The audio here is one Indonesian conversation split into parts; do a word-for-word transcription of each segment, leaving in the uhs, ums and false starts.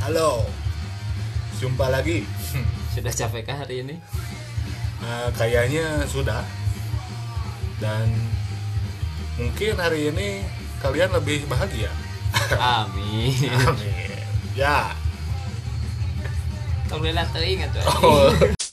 Halo, jumpa lagi. Sudah capekkah hari ini? Nah, kayaknya sudah. Dan mungkin hari ini kalian lebih bahagia. Amin. Amin. Ya. Tong lihat teuing atuh. Oh.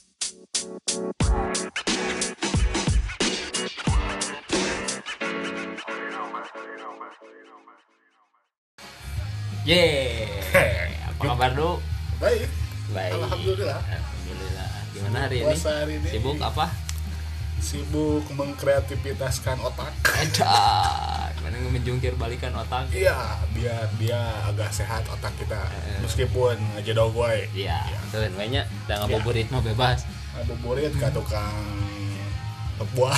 Yeay. Apa kabar, Du? Baik. Baik. Alhamdulillah. Alhamdulillah. Gimana hari ini? Puasa hari ini. Sibuk apa? Sibuk mengkreativitaskan otak. Edah. Gimana menjungkir balikan otak? Iya, biar dia agak sehat otak kita. Eh. Meskipun ngejadog we. Iya. Tuh banyak da Ya. ngabuburit mah bebas. Ngabuburit ka tukang buah.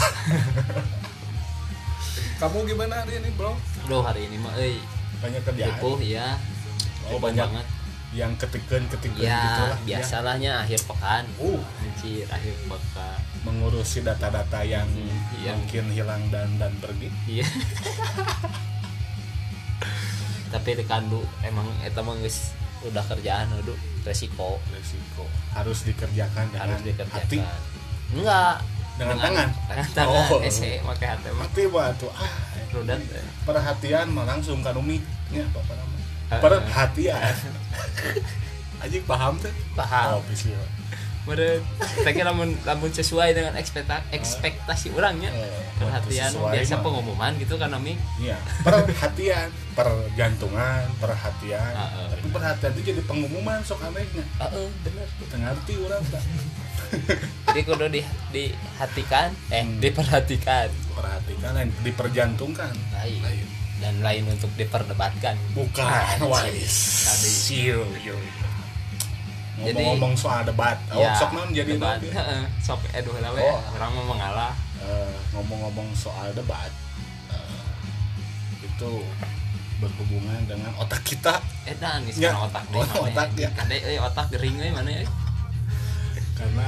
Kamu gimana hari ini, Bro? Duh, hari ini mah euy. Banyak kerjaan. Ripuh ya. Oh, Ripuh banyak banget. yang ketikan-ketikan Ya, gitu lah. biasalahnya akhir pekan. Uh, Anjir, akhir pekan. mengurusi data-data yang Hmm, yang- mungkin hilang dan dan pergi. Iya. Tapi tekan du emang eta mah geus udah kerjaan du resiko Resiko harus dikerjakan dengan harus dikerjakan. hati, Enggak, dengan tangan. Dengan tangan. Oh. Ese make hati mah. Hati batu ah. Rudat. Perhatian mah langsung kan umiknya apa apa nama? Uh, Perhatian. Anjing paham tuh? Paham. Oh, bisa. Meureun teh lamun lamun sesuai dengan ekspektasi ekspektasi urangnya. Eh, Perhatian sesuai biasa mah. pengumuman gitu kan mik. Iya, perhatian, pergantungan, perhatian. Heeh. Tapi perhatian itu jadi pengumuman sok anehnya. Heeh, bener. Teu ngarti urang tah. Jadi kudu di dihatikan, eh Hmm. diperhatikan. Perhatikan lain diperjantungkan. Lain. Lain. Dan lain untuk diperdebatkan. Bukan, wais. Tadi. Siu, yo. Jadi- Ngomong-ngomong soal debat, oh, Ya, sok non jadi debat. non, ya? Heeh, sok aduh lah we. Oh. Orang mau mengalah. Eh, ngomong-ngomong soal debat, eh, itu berhubungan dengan otak kita. Edan geus Ya, kana otak deui. oh, otak, ya. Kade euy otak gering euy mana euy. Karena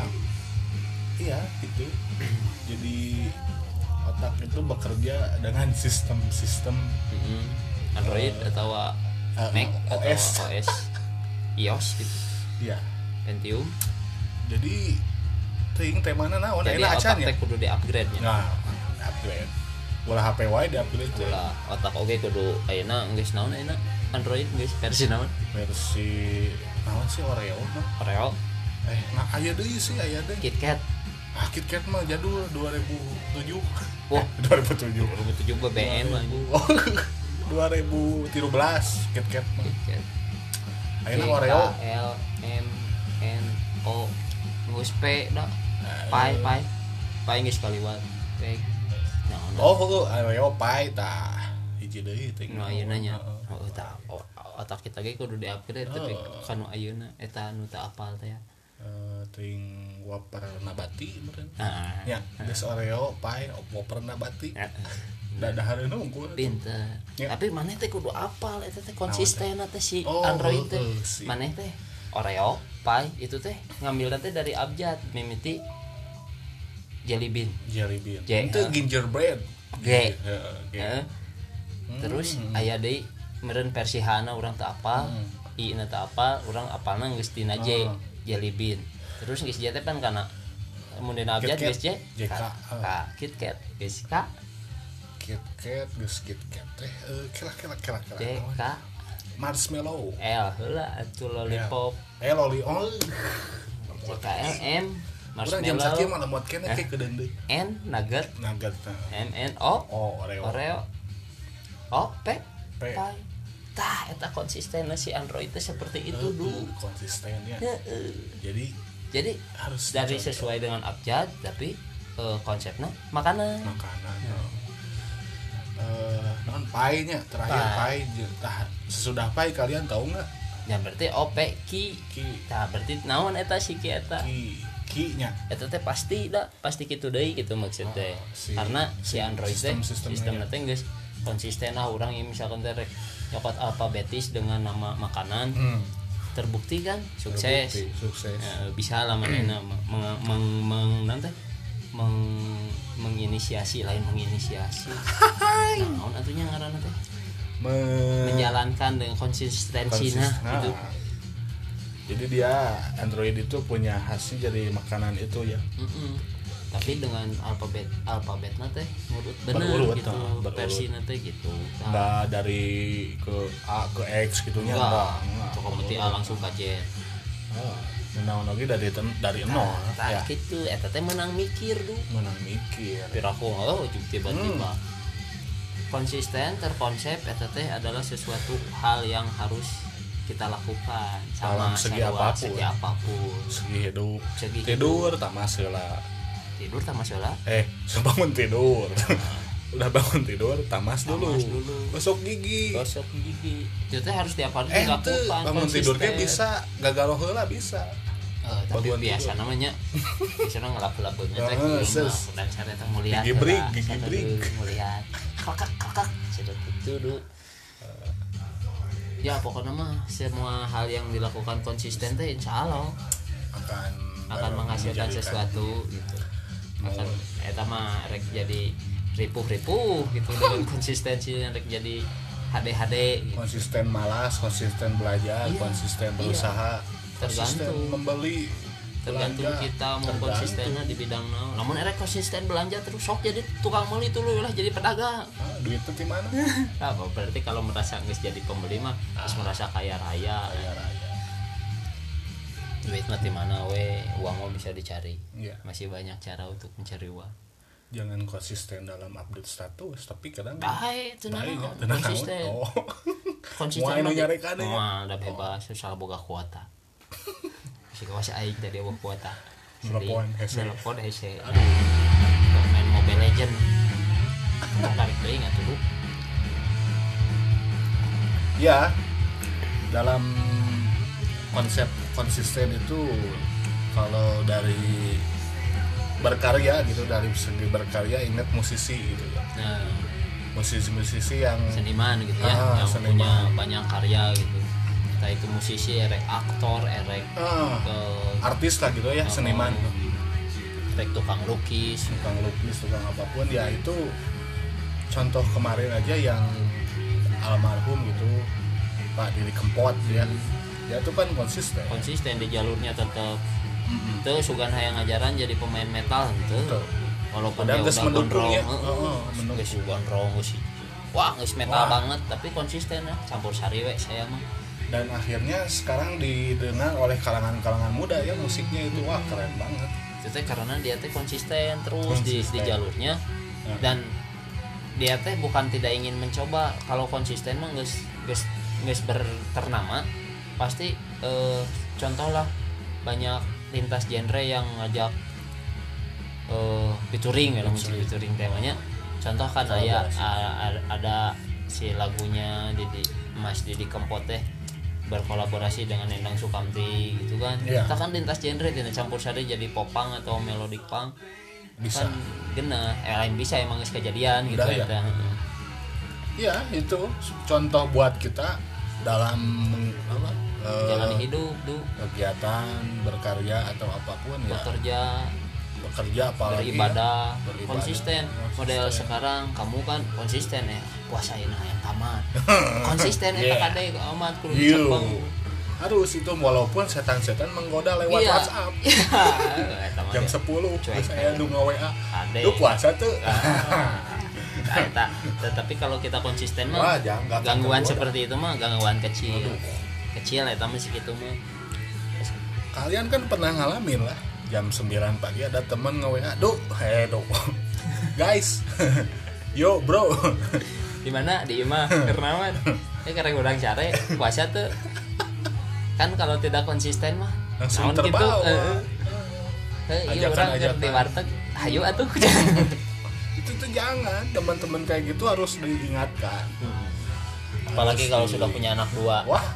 iya itu jadi otak itu bekerja dengan sistem-sistem Heeh. Android Eh, atau eh, Mac O atau S. O S iOS gitu. ya. Pentium. Jadi ting teh mana naon Jadi ayeuna otak acan ya. teh kudu di-upgrade nya. Nah, upgrade. Ulah H P wae di upgrade teh. Ulah otak oge kudu ayeuna geus naon ayeuna Android geus versi naon? Versi naon sih Oreo mah. Oreo, Eh, nah aya deui sih aya deui. KitKat. Ah, KitKat mah jadul dua ribu tujuh. Wah, dua ribu tujuh. dua ribu tujuh B B M anjing. Oh, dua ribu tiga belas KitKat mah. KitKat. Ayeuna K, Oreo. L M N O geus P da. Pai pai. Pai geus kaliwat. P. Naon? Oh, heuh, Oreo Pai tah. Hiji deui teh. Nu ayeuna nya. Heeh. Oh, tah. O- Otak kita ge kudu di-upgrade tapi Oh. kanu ayeuna eta nu teu apal teh ya. Eh, ting waper nabati meureun. Nah, Ya, geus Oreo Pai waper nabati. ya. Dadahareun unggul. Pinter. Ya. Tapi maneh teh kudu apal eta teh konsisten teh si Oh, Android teh. heuh, si. Maneh teh Oreo, Pi itu teh ngambil teh dari abjad mimiti Jelly Bean. Jelly bean. J- Itu gingerbread. G. Heeh, G. Heeh. Hmm. Terus aya deui meureun versi H-na urang teu apal, Hmm. I-na teu apal, urang apalna geus dina J, Oh. Jelly Bean. Terus geus J teh kan kana mun dina abjad KitKat. geus J, J K. K, K, KitKat, geus K, KitKat geus KitKat teh eh kira kira kira kira. J, K, Marshmallow. L heula atuh lollipop. Eh loli oh. J K L M Urang jam sakieu marshmallow mah lemot keneh Eh. ke kedeun deui. N nugget Nugget tah. M N O Oh, Oreo. Oreo O P P. Pai tah eta konsisten si Android teh seperti itu Heeh, dulu. konsistennya. Heeh. Jadi Jadi harus dari dicontoh. sesuai dengan abjad tapi eh, konsepnya makanan. makanan. Eh, non pai nya terakhir pai Pai. je- tah sesudah pai kalian tahu nggak Ya berarti O P ki. ki Tah berarti naon eta si ki eta? ki ki nya Eta teh pasti da, pasti kitu deui gitu maksud teh. Oh, si- Karena si Android teh sistem-sistemnya sistemnya ya. teh geus konsisten lah urang ieu misalkan teh rek nyokot alfabetis dengan nama makanan hmm. terbukti kan sukses. Terbukti, sukses Ya, bisa lah manehna meng meng, meng naon teh meng menginisiasi lain menginisiasi. Naon atunya ngaranna teh? Me- Menjalankan dengan konsistensinya konsis- nah, gitu. Jadi dia Android itu punya khasnya jadi makanan itu ya. Mm-mm. Tapi dengan alfabet alfabet nate urut bener Berurut, gitu nah, berurut. versi nate gitu. Enggak dari ke A ke X gitunya Enggak, enggak. pokok mesti A langsung ka Z. Ah, menang lagi dari ten- dari nol Tah ya. gitu eta teh menang mikir tuh. Menang mikir. Piraku oh ujung tiba-tiba. Hmm. Konsisten terkonsep eta teh adalah sesuatu hal yang harus kita lakukan sama Dalam segi sarua, apapun. segi apapun. Segi hidup. Segi Tidur tak masalah. Tidur tak masalah. Eh, bangun tidur. Udah bangun tidur, tamas dulu. Tamas dulu. Gosok gigi. Gosok gigi. Itu teh harus tiap hari Eh, itu dilakukan. bangun tidurnya konsisten. bisa gagal heula bisa. Eh, tapi Bangun biasa tidur. namanya biasa ngelap-lapkeun teh Ah, kieu ses. mah dan cara teh muliat Gigi break, gigi break. muliat kakak kakak sudah gitu du ya pokoknya mah semua hal yang dilakukan konsisten teh insya Allah akan akan menghasilkan menjadikan- sesuatu gitu akan Oh. eta mah rek jadi ripuh-ripuh gitu dengan konsistensi yang rek jadi H D H D gitu. konsisten malas, konsisten belajar, Iya, konsisten iya. berusaha, konsisten Tergantung. membeli, Tergantung belanja. kita mau Tergantung. konsistennya di bidang naon. Namun erek konsisten belanja terus sok jadi tukang meuli dulu lah jadi pedagang. Ah, duit itu di mana? Apa berarti kalau merasa geus jadi pembeli mah harus merasa kaya raya. Kaya raya. Duit mah di mana we, uang mah bisa dicari. Iya. Masih banyak cara untuk mencari uang. Jangan konsisten dalam update status, tapi kadang Bae, itu baik ya, naon, tenang konsisten. oh. Konsisten Moal anu mah nyarekan ya. Moal da bebas, susah boga kuota. Si kawas aing tadi boga kuota. Nelpon hese. Nelpon hese. Main Mobile Legend. Mau tarik deui atuh lu. Ya, dalam konsep konsisten itu kalau dari berkarya gitu, dari segi berkarya ingat musisi gitu ya. Nah, Musisi-musisi yang seniman gitu ya, Ah, yang seniman. punya banyak karya gitu. Entah itu musisi, erek aktor, erek ah, ke artis lah gitu ya, seniman, erek tukang lukis. tukang lukis, tukang apapun ya itu. Contoh kemarin aja yang almarhum gitu, Pak Didi Kempot ya. Dia tuh kan konsisten. Konsisten di jalurnya tetap. Mm-mm. Itu sugan hayang ngajaran jadi pemain metal gitu. Betul. Walaupun Padahal dia geus udah mendukung gondrong, ya. heeh, Heeh, mendukung. geus gondrong geus sih. Wah, geus metal Wah. banget tapi konsisten ya, campur sari we saya mah. Dan akhirnya sekarang didengar oleh kalangan-kalangan muda ya musiknya itu wah keren banget. Itu teh karena dia teh konsisten terus di, di Konsisten. jalurnya Nah. dan dia teh bukan tidak ingin mencoba. Kalau konsisten mah geus geus geus berternama pasti eh, contoh lah banyak lintas genre yang ngajak eh featuring ya musik featuring temanya. Contoh kan aya a- a- ada si lagunya Didi Mas Didi Kempot teh berkolaborasi dengan Endang Sukamti gitu kan. Iya. Kita kan lintas genre tidak campur sari jadi popang atau melodic punk. Bisa. Kan genah, eh lain bisa emang geus kejadian gitu Udah, ya. eta. Ya itu contoh buat kita dalam meng- apa, eh, Jalani hidup tuh, kegiatan berkarya atau apapun ya bekerja, bekerja apalagi beribadah, beribadah, konsisten. Model konsisten. sekarang kamu kan konsisten ya, puasa ini yang tamat. Konsisten eta Yeah. kade amat kudu Yo. cepeng. harus itu walaupun setan-setan menggoda lewat Iya. WhatsApp Iya, eta mah jam ya. sepuluh Cuek. terus saya nu nge-W A Kade. lu puasa tuh Nah, eta. Tetapi kalau kita konsisten Wah, mah jangan, nggak akan gangguan tergoda. seperti itu mah gangguan kecil. Aduh. Kecil eta mah segitu mah. Kalian kan pernah ngalamin lah jam sembilan pagi ada temen nge-W A duh heh duh guys yo bro Di mana? Di imah Kernawan. Eh karek urang care puasa tuh. Kan kalau tidak konsisten mah langsung naon gitu, terbawa heeh. Heh, iya urang keur di Ajakan-ajakan. warteg. Hayu atuh. itu tuh jangan teman-teman kayak gitu harus diingatkan. Apalagi Harus kalau di- sudah punya anak dua. wah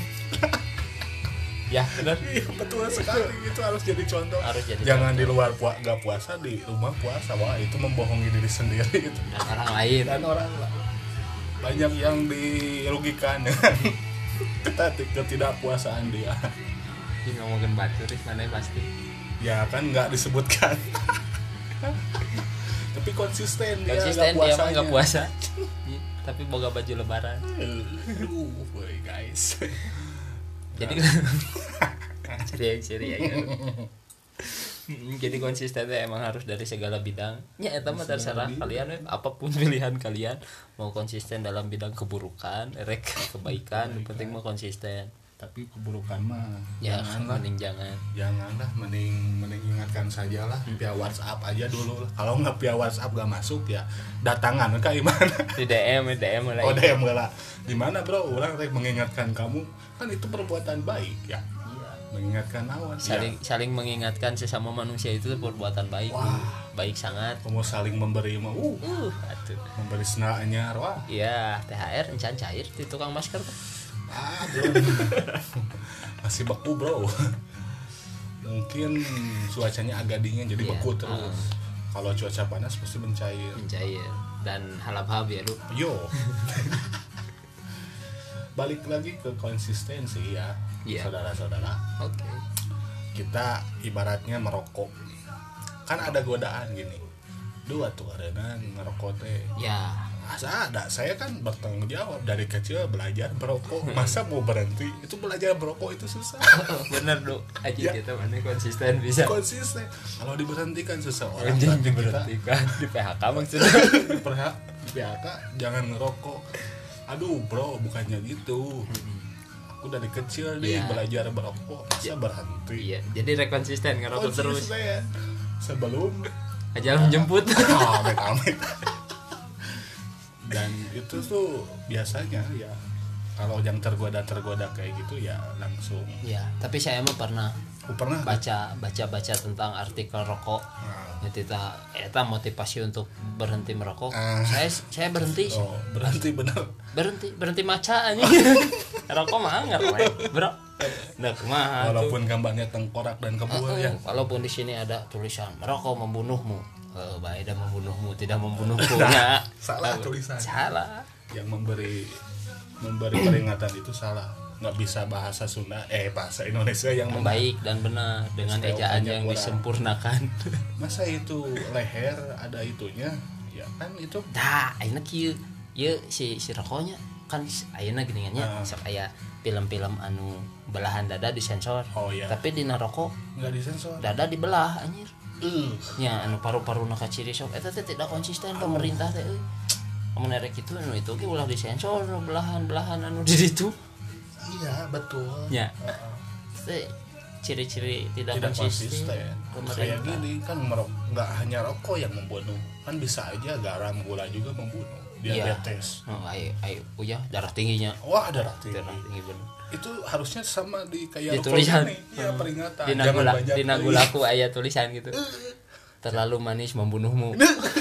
Ya, benar. iya betul sekali itu harus jadi contoh. Harus jadi Jangan di luar pua gak puasa, di rumah puasa. Wah itu membohongi diri sendiri itu. Dan orang lain. Dan orang la- banyak yang dirugikan dengan ketat- ketidakpuasaan dia. Ini ngomongin baturis mana pasti. Ya kan nggak disebutkan. Tapi konsisten dia Konsisten nggak dia mah puasanya. enggak puasa. Tapi boga baju lebaran. Aduh, boy guys. Jadi Seri-seri ya gitu. Jadi konsistennya emang harus dari segala bidang. Ya eta mah terserah kalian we, apapun pilihan kalian, mau konsisten dalam bidang keburukan, rek kebaikan, yang penting mah konsisten. Tapi keburukan mah Ya janganlah, mending jangan. janganlah, mending mending ingatkan sajalah via WhatsApp aja dulu lah. Kalau nggak via WhatsApp gak masuk ya datangan kayak gimana? Di D M, D M lah. Oh D M lah. Di mana bro? Orang rek mengingatkan kamu, kan itu perbuatan baik ya. Mengingatkan awan. Saling Ya. saling mengingatkan sesama manusia itu perbuatan baik. Wah. Baik sangat. Kamu saling memberi mah, uh, Uh, atuh. memberi sena anyar, wah. Iya, T H R encan cair di tukang masker tuh. Ah, belum. Masih beku bro. Mungkin cuacanya agak dingin jadi Iya, beku terus. uh. Kalau cuaca panas pasti mencair. Mencair dan halap-halap ya lu. Yo. Balik lagi ke konsistensi ya, Iya. saudara-saudara. Oke. Kita ibaratnya merokok. Kan ada godaan gini. Dua tuh karena ngerokok teh. Ya. Masa ada, saya kan bertanggung jawab dari kecil belajar merokok. Masa mau berhenti? Itu belajar merokok itu susah. Bener lu. Aja Ya. kita mana konsisten bisa. Konsisten. Kalau diberhentikan seseorang, Anjing berarti kita diberhentikan di P H K maksudnya. di P H K jangan ngerokok. Aduh bro, bukannya gitu. Aku dari kecil nih Ya. belajar merokok, masa berhenti? Iya, jadi rekonsisten ngerokok terus. Konsisten. Sebelum Aja menjemput. oh, amit-amit. Dan itu tuh biasanya ya kalau yang tergoda-tergoda kayak gitu ya langsung. Ya, tapi saya mah pernah Aku pernah baca baca-baca tentang artikel rokok. Nah, Ya eta eta motivasi untuk berhenti merokok. Ah. Saya saya berhenti. oh, berhenti bener. Berhenti berhenti maca anjing. Rokok mah ngerek, Bro. Nah, kumaha tuh? Walaupun gambarnya tengkorak dan kebul Uh-uh. ya. Walaupun di sini ada tulisan merokok membunuhmu. Eh, baik dah membunuhmu, tidak membunuhku. Ya. Salah tulisan. Salah. Yang memberi memberi peringatan itu salah. Nggak bisa bahasa Sunda, eh bahasa Indonesia yang benar. Baik dan benar dengan S T O ejaan nya yang kurang. disempurnakan. Masa itu leher ada itunya? Ya kan itu Dah, ayeuna kieu. Ieu si si rokoknya kan ayeuna geuningannya Ah. sok aya film-film anu belahan dada disensor. Oh iya. Tapi dina rokok nggak disensor. dada dibelah anjir. Uh, Nya anu paru-paruna kaciri sok eta teh tidak konsisten pemerintah teh euy. Mun erek kitu anu itu ge ulah disensor nu belahan-belahan anu di ditu. iya betul. Ya. Uh-uh. Teh ciri-ciri tidak, Tidak konsisten, konsisten. pemerintah. Kayak gini kan merok nggak hanya rokok yang membunuh, kan bisa aja garam gula juga membunuh. Iya. Diabetes. Oh, ayo ayo uyah darah tingginya. Wah darah tinggi. Darah tinggi bener. Itu harusnya sama di kayak Di rokok tulisan. ini. Ya peringatan. Dina Jangan gula, banyak. dina gulaku aya tulisan gitu. Terlalu manis membunuhmu.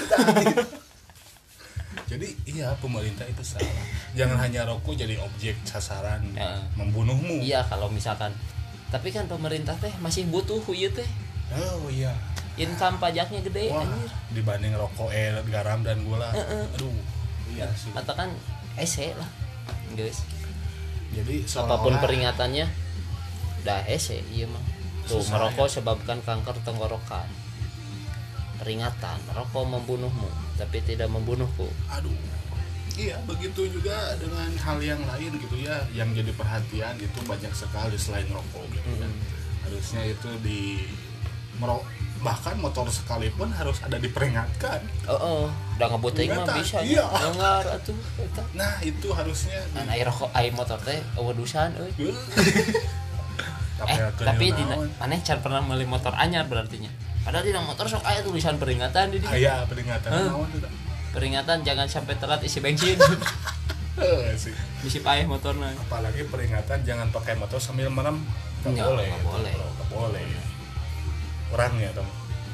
Jadi iya pemerintah itu salah. Jangan hanya rokok jadi objek sasaran Ya. membunuhmu. Iya kalau misalkan. Tapi kan pemerintah teh masih butuh ieu teh. Oh iya. Income pajaknya gede Wah, anjir. dibanding rokok eh garam dan gula. Heeh. Aduh. Iya sih. Katakan ese lah. Guys. Jadi Apapun seolah-olah peringatannya dah ese iya mah. Tuh Susah, merokok ya. sebabkan kanker tenggorokan. Peringatan, merokok membunuhmu tapi tidak membunuhku. aduh. Iya, begitu juga dengan hal yang lain gitu ya, yang jadi perhatian itu banyak sekali selain rokok gitu kan. Harusnya itu di merok bahkan motor sekalipun harus ada diperingatkan. Oh, oh. Udah ngebuting mah Peringatan, bisa iya. dengar atuh eta. Nah, itu harusnya Kan air rokok air motor teh wedusan euy. Eh, Tapi tapi dina aneh can pernah meuli motor anyar berartinya. Padahal dina motor sok aya tulisan peringatan di dieu. aya peringatan Hah? naon itu? Peringatan jangan sampai telat isi bensin. Heuh sih. Bisi paeh motorna. Apalagi peringatan jangan pakai motor sambil merem. Enggak Ya, boleh. nggak boleh. Enggak boleh. Orangnya dong.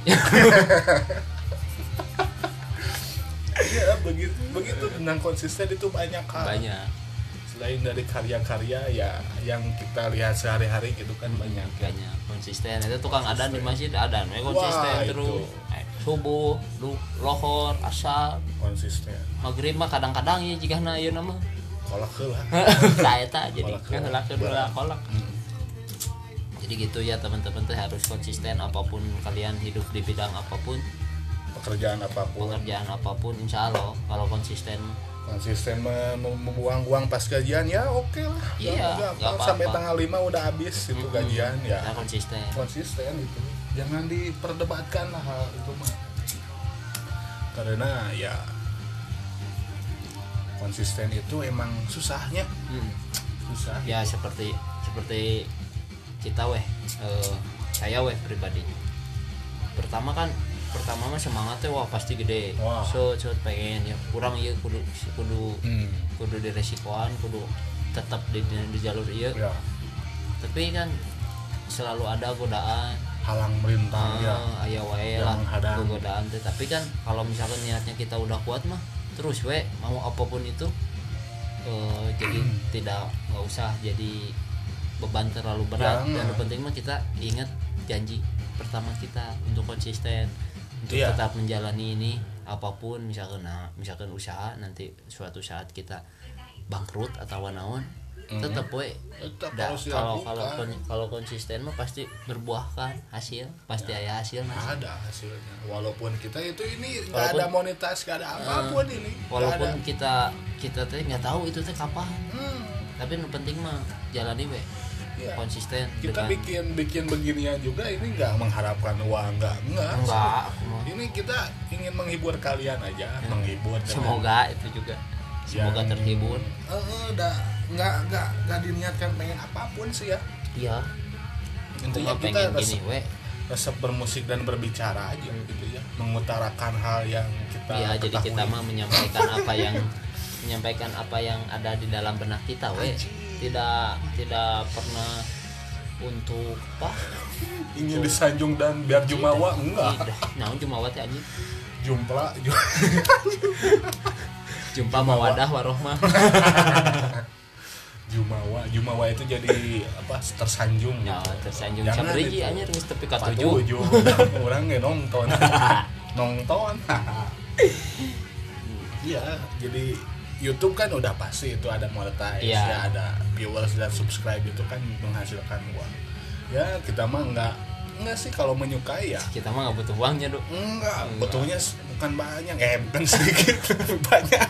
Iya, begitu begitu tentang konsisten itu banyak hal. Banyak. Selain dari karya-karya ya yang kita lihat sehari-hari gitu kan banyak. Banyak konsisten. Itu tukang adan di masjid adan we konsisten Wah, terus. itu. Eh, subuh, lu, lohor, asar, Konsisten. maghrib mah kadang-kadang ya jika na ieu nama. Kolak heula. Tah eta jadi Kolak kan heula. heulakeun heula kolak. Jadi gitu ya teman-teman tuh harus konsisten apapun kalian hidup di bidang apapun, Pekerjaan apapun. pekerjaan apapun, insya Allah kalau konsisten konsisten membuang uang pas gajian ya oke okay lah. Iya, Gak, gak apa-apa. Sampai tanggal lima udah habis itu Mm-mm. gajian ya. Nah, konsisten. Konsisten gitu. Jangan diperdebatkan lah hal itu mah. Karena ya konsisten itu emang susahnya. Hmm. Susah. Ya seperti seperti kita weh eh, saya weh pribadi. Pertama kan pertama mah semangatnya wah pasti gede. Wah. So, so pengen ya kurang ya kudu kudu Hmm. kudu diresikoan, kudu tetap di, di jalur iya. Ya. Tapi kan selalu ada godaan. Halang merintang ya. Ah, aya wae Yang lah menghadang. godaan teh. Tapi kan kalau misalkan niatnya kita udah kuat mah terus we mau apapun itu eh, jadi tidak nggak usah jadi beban terlalu berat. Jangan. Dan yang penting mah kita ingat janji pertama kita untuk konsisten untuk Iya. tetap menjalani ini apapun misalkan nah misalkan usaha nanti suatu saat kita bangkrut atau naon Mhm. tetap we Tetap da- harus kalau dilakukan. kalau kon- kalau konsisten mah pasti berbuahkan hasil pasti ada hasil hasil. Ada hasilnya. Walaupun kita itu ini nggak Walaupun- ada monetas, nggak ada apapun ini. Nggak Walaupun ada. kita kita teh nggak tahu itu teh kapan Hmm. tapi yang penting mah jalani we Iya. konsisten Kita dengan- bikin bikin beginian juga ini nggak mengharapkan uang, nggak enggak. enggak aku mah. Ini kita ingin menghibur kalian aja, menghibur. dengan Semoga itu juga semoga yang- terhibur. Eh, eh, udah nggak nggak nggak diniatkan pengen apapun sih ya. Iya Intinya cuma kita pengen resep, gini we resep bermusik dan berbicara aja gitu ya, mengutarakan hal yang kita ya jadi ketahui. kita mah menyampaikan apa yang menyampaikan apa yang ada di dalam benak kita we tidak tidak pernah untuk apa ingin disanjung dan biar jumawa enggak. nah jumawa teh anjing Jumpla ju- jumpa mawadah warohmah jumawa jumawa itu jadi apa tersanjung ya gitu. tersanjung Jangan sabriji itu. anjir geus tepi ka Patuju. tujuh Orang nggak nonton nonton iya jadi YouTube kan udah pasti itu ada monetize Iya. ya ada viewers dan subscribe itu kan menghasilkan uang ya kita mah nggak nggak sih kalau menyukai ya kita mah nggak butuh uangnya dok enggak Enggak. butuhnya s- bukan banyak eh bukan sedikit banyak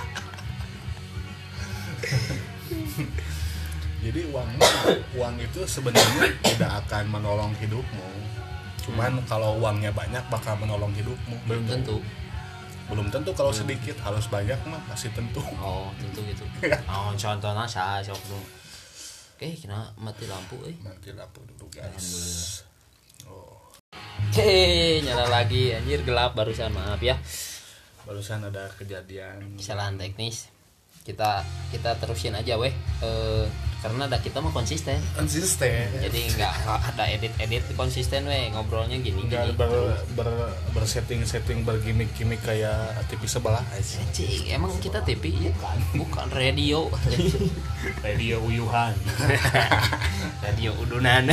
jadi uang uang itu sebenarnya tidak akan menolong hidupmu cuman kalau uangnya banyak bakal menolong hidupmu belum Gitu. tentu belum tentu kalau sedikit harus banyak mah pasti tentu oh tentu gitu oh contohnya saya sok dulu oke kena mati lampu eh mati lampu dulu Alhamdulillah. guys oh Hei, nyala lagi anjir gelap barusan maaf ya barusan ada kejadian kesalahan teknis kita kita terusin aja weh eh, karena ada kita mah konsisten konsisten jadi nggak ada edit edit konsisten weh ngobrolnya gini gini nggak ber, ber, bersetting setting bergimik gimik kayak T V sebelah aja Cing, emang kita T V ya bukan radio radio uyuhan radio udunan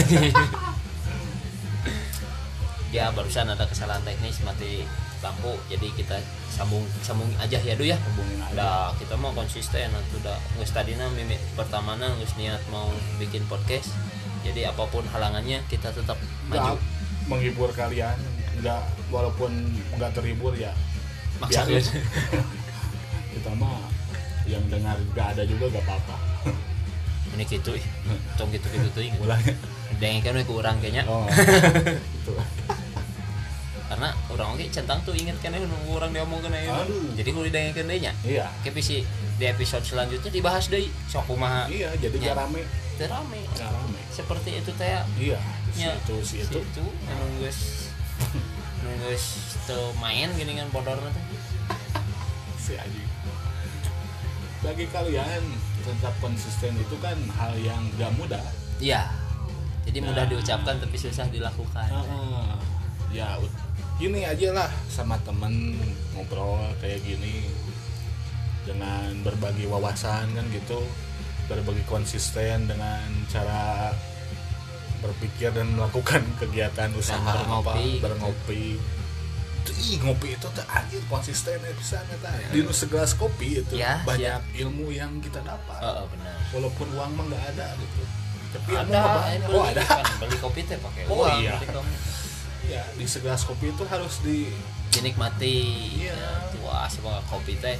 ya barusan ada kesalahan teknis mati lampu jadi kita sambung sambung aja ya duh ya hubungin aja Nah, kita mau konsisten atau udah nggak tadina mimik pertama nggak niat mau bikin podcast jadi apapun halangannya kita tetap maju nggak menghibur kalian nggak walaupun nggak terhibur ya maksain biarin. Kita mah yang dengar nggak ada juga nggak apa-apa ini gitu ih cong gitu gitu tuh ingat mulanya dengerin we ku urang kayaknya oh itu karena orang oke centang tuh inget kan orang diomongkeun aya Aduh. jadi kudu didengekeun deui nya iya ke si di episode selanjutnya dibahas deui sok kumaha iya jadi Ya. gak rame teu rame gak rame seperti itu teh iya si Ya. itu si itu itu emang geus nu geus teu main gini kan bodorna teh si Aji bagi kalian tetap konsisten itu kan hal yang gak mudah iya jadi mudah Nah. diucapkan tapi susah dilakukan Heeh. ya ut- gini aja lah sama temen ngobrol kayak gini dengan berbagi wawasan kan gitu berbagi konsisten dengan cara berpikir dan melakukan kegiatan usaha apa berngopi. berngopi itu ih ngopi itu tuh anjir konsisten ya bisa nyata di segelas kopi itu Ya, banyak ilmu yang kita dapat oh, oh benar walaupun uang mah nggak ada gitu tapi ilmu ada mah eh, banyak beli, oh ada kan, beli kopi teh pakai Oh, uang iya. beli kopi. ya di segelas kopi itu harus di dinikmati Iya. ya, wah semoga kopi teh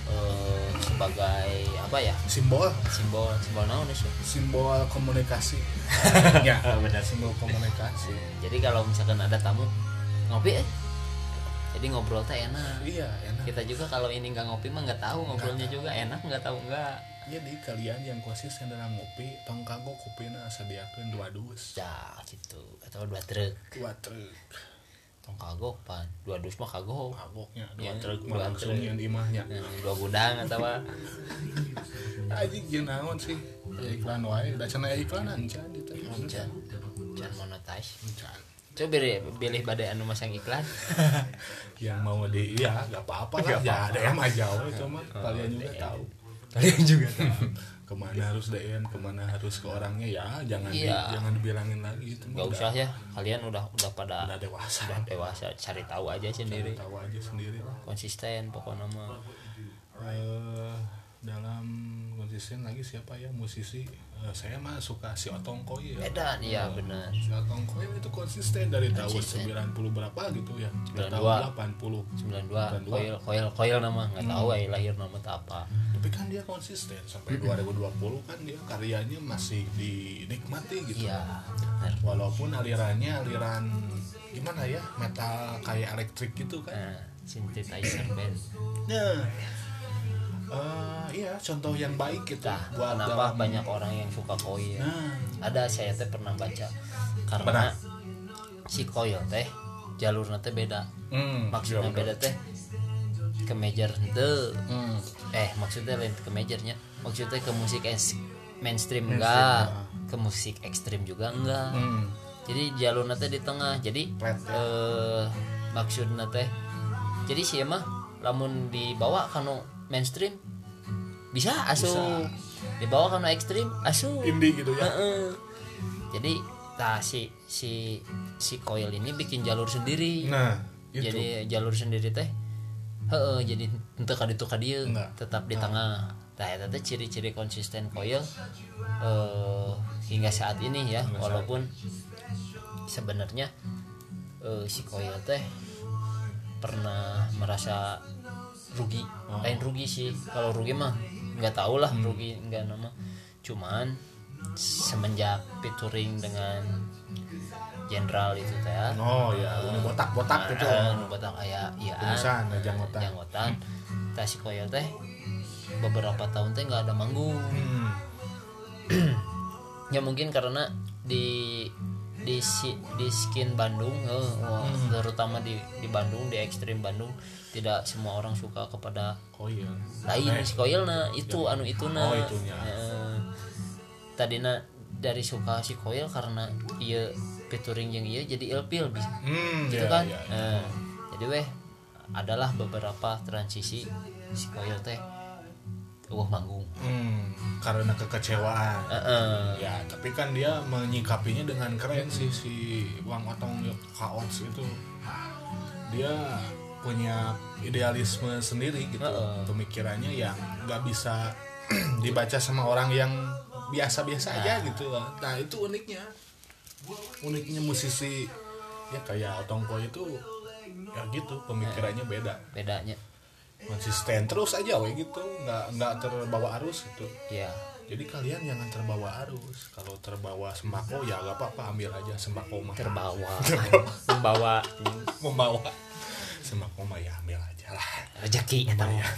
eh, sebagai apa ya, simbol simbol simbol naon sih, simbol komunikasi. Ya benar, simbol komunikasi. jadi kalau misalkan ada tamu ngopi eh jadi ngobrol teh enak. Iya enak. Kita juga kalau ini nggak ngopi mah nggak tahu ngobrolnya Nggak juga enak nggak tahu nggak. Jadi kalian yang konsisten dalam ngopi, tong kanggo kopina sediakeun dua dus. Ya gitu, atau dua truk. Dua truk. Tong kagok pan, dua dus mah kagok. Kagoknya dua Ya, truk dua mah langsung truk. yang imahnya. Hmm, dua gudang atau apa? Anjing jeung naon sih? Ya iklan wae, da cenah iklanan can ditu. Can, can monetize. Can. Coba pilih, pilih badai anu masang iklan. Yang mau di iya enggak apa-apa lah. Ya D M aja we itu mah. Kalian juga tahu. Kalian juga tahu. Kemana harus D M, kemana harus ke orangnya ya, jangan di, Iya. jangan dibilangin lagi itu. Gak usah ya, kalian udah udah pada Udah dewasa. udah dewasa, cari tahu aja sendiri. Tahu aja sendiri lah. Konsisten pokoknya mah. Eh, dalam konsisten lagi siapa ya musisi? Eh, saya mah suka si Otong Koye ya. Edan, iya benar. Si Otong Koye itu konsisten dari tahun Konsisten. sembilan puluh berapa gitu ya. sembilan puluh Tahun dua. delapan puluh. sembilan puluh dua sembilan puluh dua. koil koil koil nama nggak Hmm. tahu ya lahir nama tak apa. Tapi kan dia konsisten sampai dua ribu dua puluh kan dia karyanya masih dinikmati gitu. Iya benar. Walaupun alirannya aliran gimana ya, metal kayak elektrik gitu kan. Nah, synthesizer band. Nah, eh, iya contoh yang baik gitu Nah, buat kenapa dalam- banyak orang yang suka koil? Nah, Ada saya teh pernah baca karena Benar. si koil teh jalurnya teh beda. hmm, Maksudnya iya, beda teh ke major teu. Hmm. Eh maksudnya lain ke majornya. Maksudnya ke musik es mainstream Mainstream, enggak, ah. ke musik ekstrim juga enggak. Hmm. Jadi jalurnya teh di tengah. Jadi Flat, ya. eh maksudnya teh jadi sih mah lamun dibawa kanu mainstream bisa asuh, Bisa. dibawa kanu ekstrim asuh. Indie gitu ya. Heeh. Jadi nah si si si koil ini bikin jalur sendiri. Nah, itu. Jadi jalur sendiri teh heeh jadi henteu ka ditu ka dieu Enggak. tetap di tengah. Nah eta teh ciri-ciri konsisten koil eh hingga saat ini ya, Hingga saat walaupun sebenarnya eh, si koil teh pernah merasa rugi. Oh. Lain rugi sih. Kalau rugi mah nggak tahu lah Hmm. rugi nggak nama. Cuman semenjak featuring dengan jenderal itu teh ya. Oh ya, ini botak-botak gitu. Heeh, nu botak aya ieu Tulisan, janggotan. janggotan. Tah si koil teh beberapa tahun teh nggak ada manggung. Hmm. Ya mungkin karena di di si, di skin Bandung, eh, wah, Hmm. terutama di di Bandung, di ekstrim Bandung, tidak semua orang suka kepada Koil. lain Eh, si koilna itu anu ituna. Oh, itunya. Heeh. Tadina dari suka si koil karena ieu featuring yang ieu jadi ilpil bisa. Hmm, Gitu ya, kan. ya, ya. Nah, jadi weh adalah beberapa transisi si koil teh uh manggung. Hmm, karena kekecewaan. Heeh. Ya, tapi kan dia menyikapinya dengan keren sih si Wang Otong Kaots itu. Dia punya idealisme sendiri gitu. Uh-uh. Pemikirannya yang nggak bisa dibaca sama orang yang biasa-biasa aja Nah. gitu. Nah, itu uniknya. Uniknya musisi ya kayak Otong Ko itu ya gitu, pemikirannya beda. Bedanya Konsisten terus aja we gitu, nggak nggak terbawa arus gitu. ya Jadi kalian jangan terbawa arus. Kalau terbawa sembako ya gak apa-apa, ambil aja sembako mah. terbawa membawa Membawa sembako mah ya ambil aja lah. rezeki eta mah.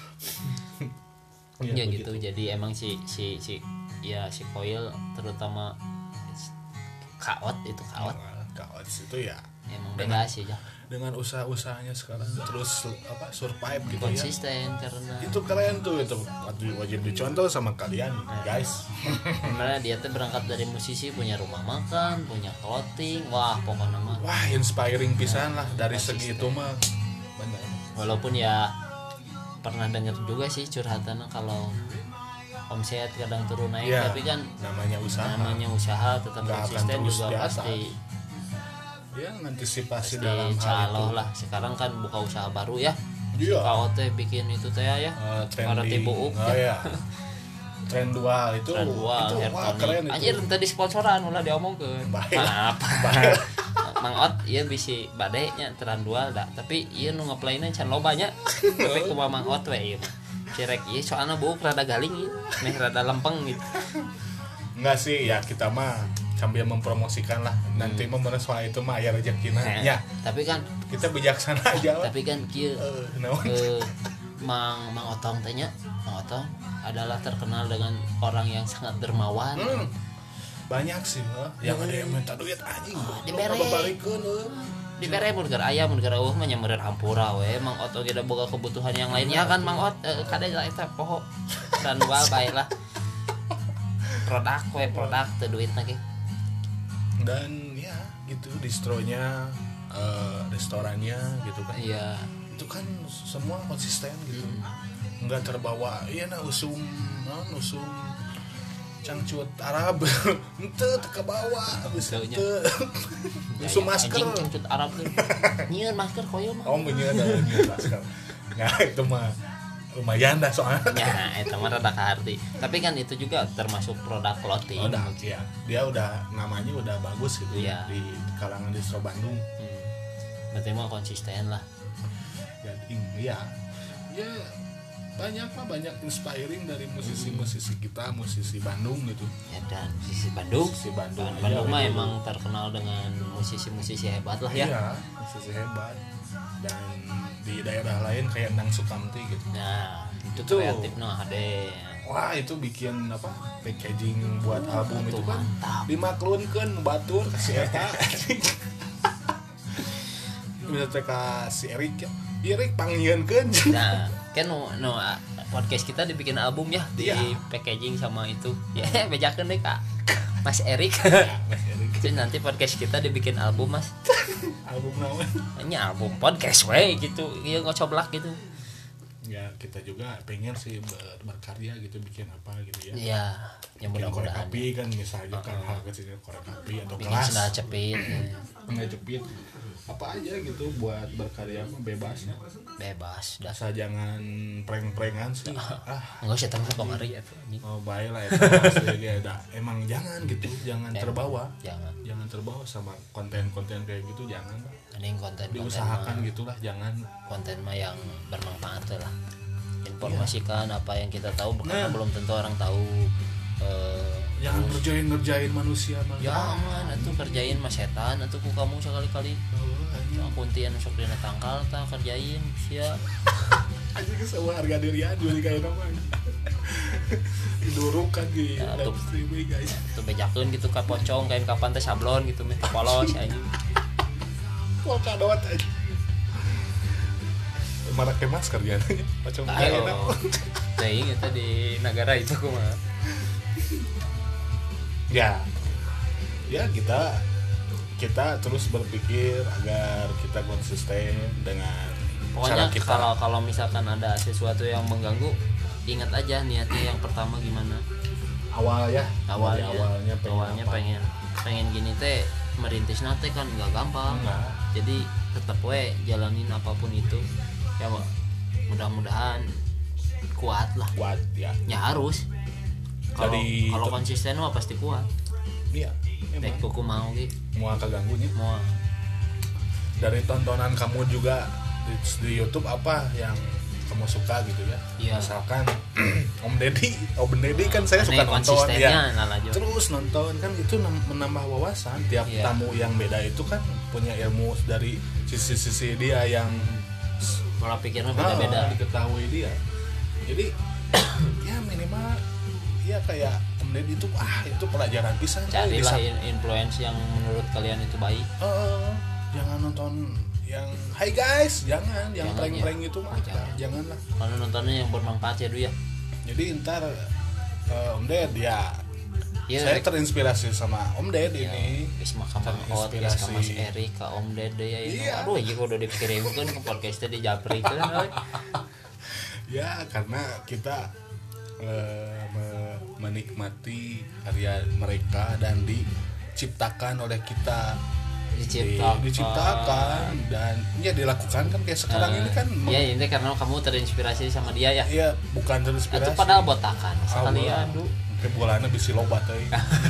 Ya, Ya begitu. gitu. Jadi emang si si si ya si koil terutama kaot itu kaot Nah, Kaots itu ya emang beda sih ya. dengan usaha-usahanya sekarang terus apa survive gitu ya. Konsisten karena Itu keren tuh, itu wajib, wajib dicontoh sama kalian guys. karena dia tuh berangkat dari musisi, punya rumah makan, punya clothing, wah pokoknya mah. Wah, inspiring pisan lah dari segi Konsisten. itu mah. Benar. Walaupun ya pernah denger juga sih curhatannya kalau omset kadang turun naik, Ya, tapi kan namanya usaha. namanya usaha tetap Nggak akan konsisten terus juga di atas. pasti Dia mengantisipasi pasti dalam insya hal Allah itu. lah. Sekarang kan buka usaha baru ya, Iya. K O T bikin itu teh ya, Uh, para trending. tibuuk Oh ya. Tren dual itu Tren dual, itu hair wah tonic. keren itu. Anjir tadi sponsoran ulah diomongkeun. Baik. Maaf. Baik. Mang Ot ieu bisi bade nya tren dual da, tapi ieu nu ngeplayna can loba nya. Tapi kumaha Mang Ot we ieu. cirek ieu soalna buuk rada galing ieu meh rada lempeng gitu. Enggak sih ya, kita mah sambil mempromosikan lah nanti mah bener soal itu mah aya rezekina Nah, ya tapi kan kita bijaksana aja lah. tapi kan kieu Eh, naon? eh, Mang Mang Otong tanya Mang Otong adalah terkenal dengan orang yang sangat dermawan. Hmm, banyak sih lah yang ada yang minta duit anjing Oh, belum dibere. ngabalikeun euy. Dibere mun keur aya mun keur eueuh mah nyameureun hampura we Mang Otong tidak boga kebutuhan yang lain ya kan Mang Ot eh, kada eta poho dan wal bae lah produk we produk teu duit lagi. Dan ya gitu distronya eh, restorannya gitu kan Iya. itu kan semua konsisten gitu nggak terbawa iya nah usum non usum cangcut Arab ente ke bawah bisa Taunya. ente usum masker Anjing cangcut Arab tuh. Nyieun masker koyo mah. om punya ada nyieun masker nah itu mah lumayan dah soalnya Ya, eta mah rada kaharti. Tapi kan itu juga termasuk produk clothing. udah ya dia udah namanya udah bagus gitu Iya. ya di kalangan distro Bandung Hmm. Berarti mah konsisten lah. jadi ya ya banyak lah banyak inspiring dari musisi-musisi kita musisi Bandung gitu Ya dan musisi Bandung. musisi Bandung Bandung iya, mah gitu. emang terkenal dengan musisi-musisi hebat lah ya. iya musisi hebat dan di daerah lain kayak Nang Sukamti gitu Nah, itu Itu. kreatif nah ade. wah itu bikin apa packaging buat album itu itu kan mantap. dimaklunkeun batur kasih eta bisa teh ka si Erik ya Erik panggieunkeun Nah, kan no, no ah, podcast kita dibikin album ya di Iya. packaging sama itu. Ya, bejakeun deh Kak. Mas Erik. Mas Erik Jadi nanti podcast kita dibikin album Mas. album naon Ini album podcast we gitu. Ieu ngocoblak gitu. ya kita juga pengen sih ber- berkarya gitu bikin apa gitu ya Iya, yang bikin korek mudah-mudahan. api kan misalnya kan hal kecil korek api atau Bikin kelas sendal cepit. ya. ngejepit apa aja gitu buat berkarya mah bebas ya. Bebas dah. Asal jangan prank-prankan sih ah Enggak usah tanggung kemari ya tuh. oh baik lah ya asli dia ada emang jangan gitu jangan Emang. terbawa Jangan. jangan terbawa sama konten-konten kayak gitu jangan Mending konten-konten diusahakan mah- gitulah jangan konten mah yang bermanfaat tuh lah. Informasikan apa yang kita tahu karena Nah. belum tentu orang tahu. eh, jangan terus- ngerjain ngerjain manusia mah Jangan atuh kerjain mah setan atuh ku kamu sekali-kali. Kuntian sok dina tangkal tah kerjain sia. aja ke semua harga dirian jadi kayak nama diduruk kan di Ya, live tuh. streaming guys Tuh bejakeun gitu ka pocong kain kapan teh sablon gitu meh polos anjing. polkadot aja mana ke masker ya macam Ayo. enak Teuing eta di negara itu kumaha. ya ya kita kita terus berpikir agar kita konsisten dengan cara Pokoknya kita kalau kalau misalkan ada sesuatu yang mengganggu, ingat aja niatnya yang pertama gimana. awal ya Awalnya Dari awalnya pengen awalnya apa. pengen pengen gini teh merintis nate kan nggak gampang. Enggak. Jadi tetap we jalanin apapun itu. Ya Pak. Mudah-mudahan kuat lah. kuat ya Ya harus. Kalau Dari kalau itu- konsisten mah pasti kuat. iya Baik emang buku mau gitu. mau keganggunya Mau dari tontonan kamu juga di, di YouTube apa yang kamu suka gitu ya Iya. misalkan Om Deddy Om Deddy kan saya suka Aneh nonton konsistennya, ya nah, lanjut. terus nonton kan itu nem- menambah wawasan tiap Iya. tamu yang beda itu kan punya ilmu dari sisi-sisi dia yang pola pikirnya ah, beda-beda. diketahui dia jadi ya minimal ya kayak Om Deddy itu ah itu pelajaran pisan Carilah Bisa- in- influence yang menurut kalian itu baik. Eh, jangan nonton yang hai guys jangan yang Jangan, prank-prank ya. itu mah Oh, jangan. janganlah Kalau nontonnya yang bermanfaat ya dulu ya. jadi ntar eh, Om Ded ya Iya, saya rek. terinspirasi sama Om Ded Ya, ini Is maka Mang Ot, is Terinspirasi. ka Mas Eri, ka Om Dede ya. Iya. Aduh, ieu kudu dikirimkeun ke podcastnya di Japri kan. ya karena kita eh, me- menikmati karya mereka dan diciptakan oleh kita Diciptakan. Di- diciptakan dan ya dilakukan kan kayak sekarang ini kan ya ini karena kamu terinspirasi sama dia ya. ya bukan terinspirasi Itu padahal botakan sekalian. aduh kayak bulannya bisa lobat euy.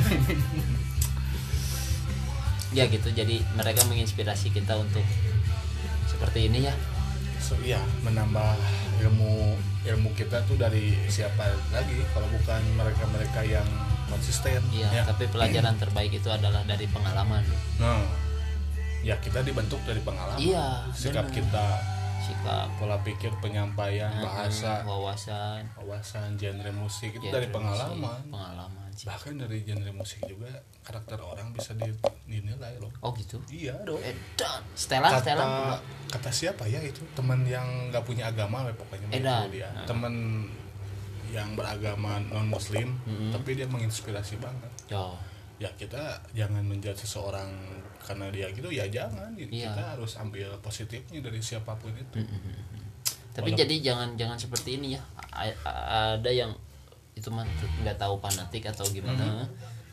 Ya gitu, jadi mereka menginspirasi kita untuk seperti ini ya. So, iya menambah ilmu ilmu kita tuh dari siapa lagi kalau bukan mereka-mereka yang konsisten. Iya, ya. Tapi pelajaran terbaik itu adalah dari pengalaman. Nah, ya kita dibentuk dari pengalaman. Iya, sikap bener. kita, Sikap, pola pikir, penyampaian, hmm, bahasa, wawasan, wawasan, genre musik itu genre dari musik, pengalaman. Pengalaman sih. Bahkan dari genre musik juga karakter orang bisa di- dinilai loh. Oh gitu. Iya dong. Edan, Stella, Kata Stella. kata siapa ya itu teman yang nggak punya agama we, pokoknya Edan. itu dia. Nah. Teman yang beragama non muslim Mm-hmm. tapi dia menginspirasi banget. Yo. Ya kita jangan menjudge seseorang karena dia gitu ya jangan gitu. Iya. Kita harus ambil positifnya dari siapapun itu. Mm-hmm. Tapi Walaupun- jadi jangan jangan seperti ini ya. A- a- ada yang itu mah nggak tahu fanatik atau gimana.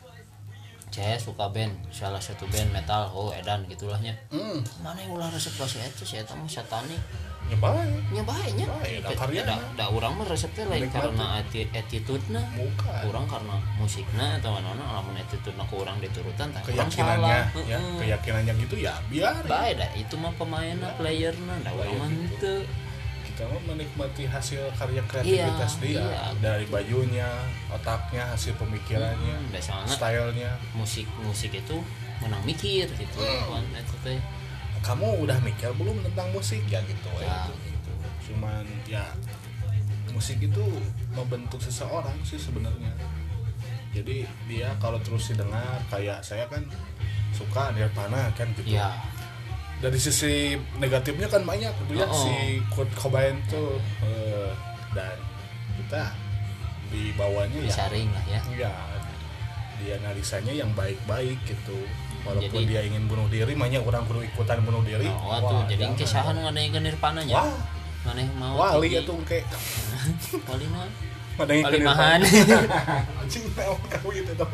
Saya suka band, salah satu band metal, oh edan gitulahnya. Hmm, Mana yang ulah resep bahasa itu saya tahu satanik. nyebain. Nyobainnya. Nyobain, da Da, karyana. da urang mah resepnya lain Menikmati. karena ati- attitude-na. Bukan. Urang karena musikna atau mana lamun attitude-na ku urang diturutan tah urang Keyakinannya salah. ya, Heeh. keyakinannya gitu ya biar. Bae dah itu mah pemainna, playerna, da urang mah Player gitu. henteu. Kita mau menikmati hasil karya kreativitas Iya, dia iya. dari bajunya, otaknya, hasil pemikirannya, Hmm, da soalna stylenya. musik musik itu menang mikir gitu kan eta teh. Kamu udah mikir belum tentang musik ya gitu Ya, ya. gitu. Cuman ya musik itu membentuk seseorang sih sebenarnya. Jadi dia kalau terus didengar kayak saya kan suka Nirvana kan gitu. Iya. Dari sisi negatifnya kan banyak gitu ya Oh. si Kurt Cobain tuh eh, dan kita dibawanya ya Disaring lah ya. ya dia analisanya yang baik-baik gitu. Walaupun Jadi- dia ingin bunuh diri, banyak orang kudu ikutan bunuh diri. Oh, tuh jadi jangan. kesahan ngadain Nirvana-nya. Wah, Maneh mau wali tinggi. atuh engke. Wali naon? Madang Wali mahan. Anjing naon kau gitu tuh.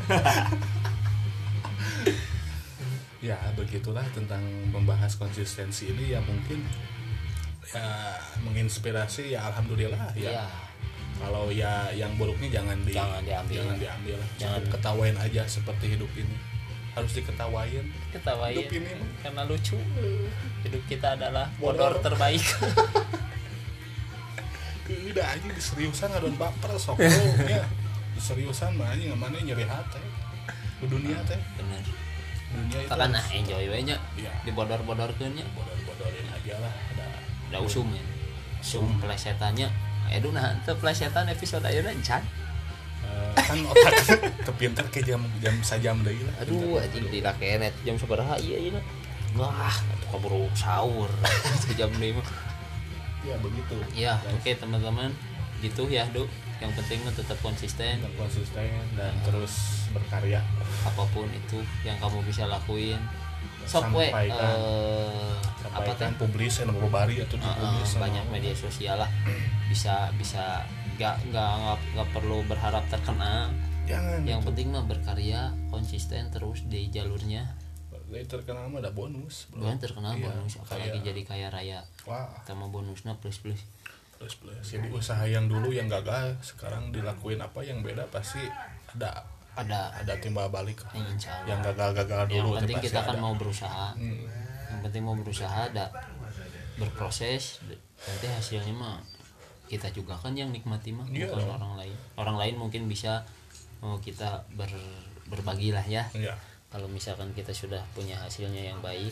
Ya, begitulah tentang membahas konsistensi ini ya mungkin ya menginspirasi ya alhamdulillah ya. Iya. Kalau ya yang buruknya jangan di Jangan diambil. jangan diambil. Jangan. Jangan ketawain aja seperti hidup ini. Harus diketawain. Ketawain Hidup ini mah. karena lucu. Hidup kita adalah Bodor. bodor terbaik. Udah aja diseriusan ngadon baper sok ya. Diseriusan mah anjing ngamana nyeri hati. Di dunia teh. Bener. Dunia itu. Kan ah enjoy we nya. Iya. Dibodor-bodorkeun nya. Bodor-bodorin aja lah ada Da usum ya. Usum plesetannya. Edu nah teu plesetan episode ayeuna encan. Eh, kan otak kepintar ke jam jam sajam deui lah. Aduh anjing di lakenet jam sabaraha ieu ieu. Wah, atuh kaburu sahur. Jam lima. Ya begitu. Ya, Dan oke teman-teman. Gitu ya, Du. Yang penting mah tetap konsisten tetap konsisten dan terus berkarya. apapun itu yang kamu bisa lakuin. Sok we Sampaikan. eh, apa teh? Sampaikan publis dan berbari atau Uh, uh, dipublis sama banyak media sosial lah. Bisa bisa nggak nggak nggak nggak perlu berharap terkenal. jangan Yang gitu. penting mah berkarya konsisten terus di jalurnya. Jadi terkenal mah ada bonus bro. Bukan terkenal Iya, bonus apalagi kayak- jadi kaya raya. wah Sama bonusnya plus plus. plus plus jadi usaha yang dulu yang gagal sekarang dilakuin apa yang beda pasti ada Ada ada timbal balik insya Allah. yang gagal-gagal Yang dulu penting pasti kita kan ada. mau berusaha. Hmm. Yang penting mau berusaha ada berproses nanti hasilnya mah kita juga kan yang nikmati mah Iya bukan dong. orang lain. Orang lain mungkin bisa oh, kita ber, berbagi lah ya. Iya. Kalau misalkan kita sudah punya hasilnya yang baik,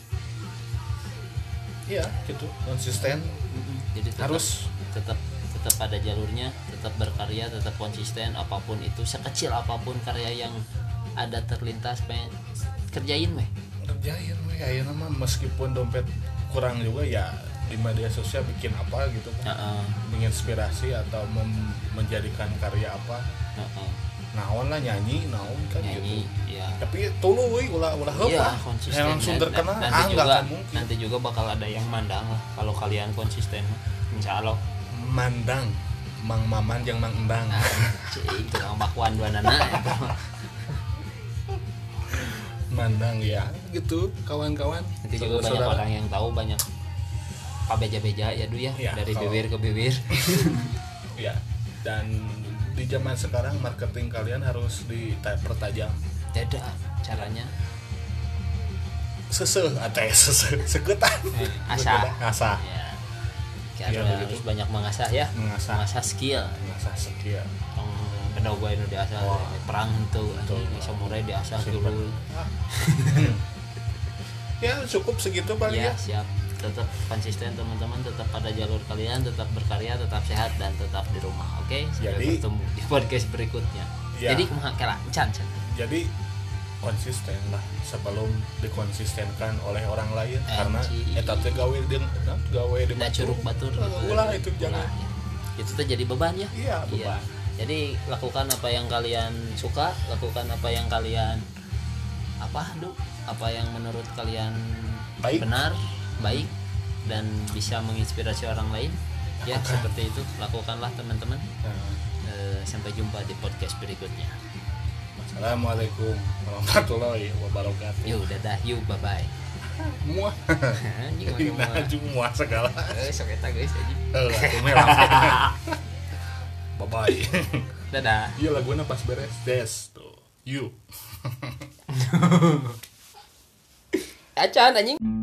Iya gitu konsisten jadi tetap, harus tetap tetap pada jalurnya, tetap berkarya, tetap konsisten apapun itu, sekecil apapun karya yang ada terlintas pengen kerjain weh. kerjain we ayeuna mah meskipun dompet kurang juga ya di media sosial bikin apa gitu kan Heeh. menginspirasi atau mem- menjadikan karya apa Heeh. naon lah nyanyi naon kan Nyanyi gitu ya. tapi tuluy we ulah ulah Iya, heupah konsisten. yang langsung Dan- terkenal dan- ah nanti nggak juga akan mungkin nanti juga bakal ada yang mandang lah kalau kalian konsisten mah. Insya Allah. mandang mang maman yang mang endang Nah, cing tukang bakwan dua nana itu. mandang ya gitu kawan-kawan Nanti juga banyak saudara. orang yang tahu banyak pabeja-beja ya Du ya, Ya, dari kalau- bibir ke bibir. ya dan di zaman sekarang marketing kalian harus dipertajam Beda caranya. seseh atau seseh segetan Eh, asa. asa Ya. Kita Ya, harus begitu. banyak mengasah ya, Mengasah. mengasah skill. Mengasah sekian. Tong bedo gue nu diasah Wah. perang tuh, Betul. anjing samurai diasah Simpen. dulu. Ya cukup segitu paling Ya ya. siap, tetap konsisten teman-teman, tetap pada jalur kalian, tetap berkarya, tetap sehat dan tetap di rumah. Oke, sampai Jadi- bertemu di podcast berikutnya. Ya. Jadi kumaha kala encan can. Jadi konsisten lah sebelum dikonsistenkan oleh orang lain karena Anjing. eta teh gawe di gawe di Da curug batur. ulah itu jangan. Ulah, ya. Itu tuh jadi beban ya. Iya, beban. Jadi lakukan apa yang kalian suka, lakukan apa yang kalian apa aduh, apa yang menurut kalian Baik. benar, baik dan bisa menginspirasi orang lain. Ya, Lakukan. seperti itu. Lakukanlah teman-teman. Nah, Eh, sampai jumpa di podcast berikutnya. Assalamualaikum warahmatullahi wabarakatuh. Yuk, dadah, yuk, bye bye. Muah. Anjing ngomong Nah, cuma muah segala. Eh, sok eta guys anjing. Eh, aku merah. Bye bye. Dadah. Iya lagunya pas beres des tuh. You. Acan anjing.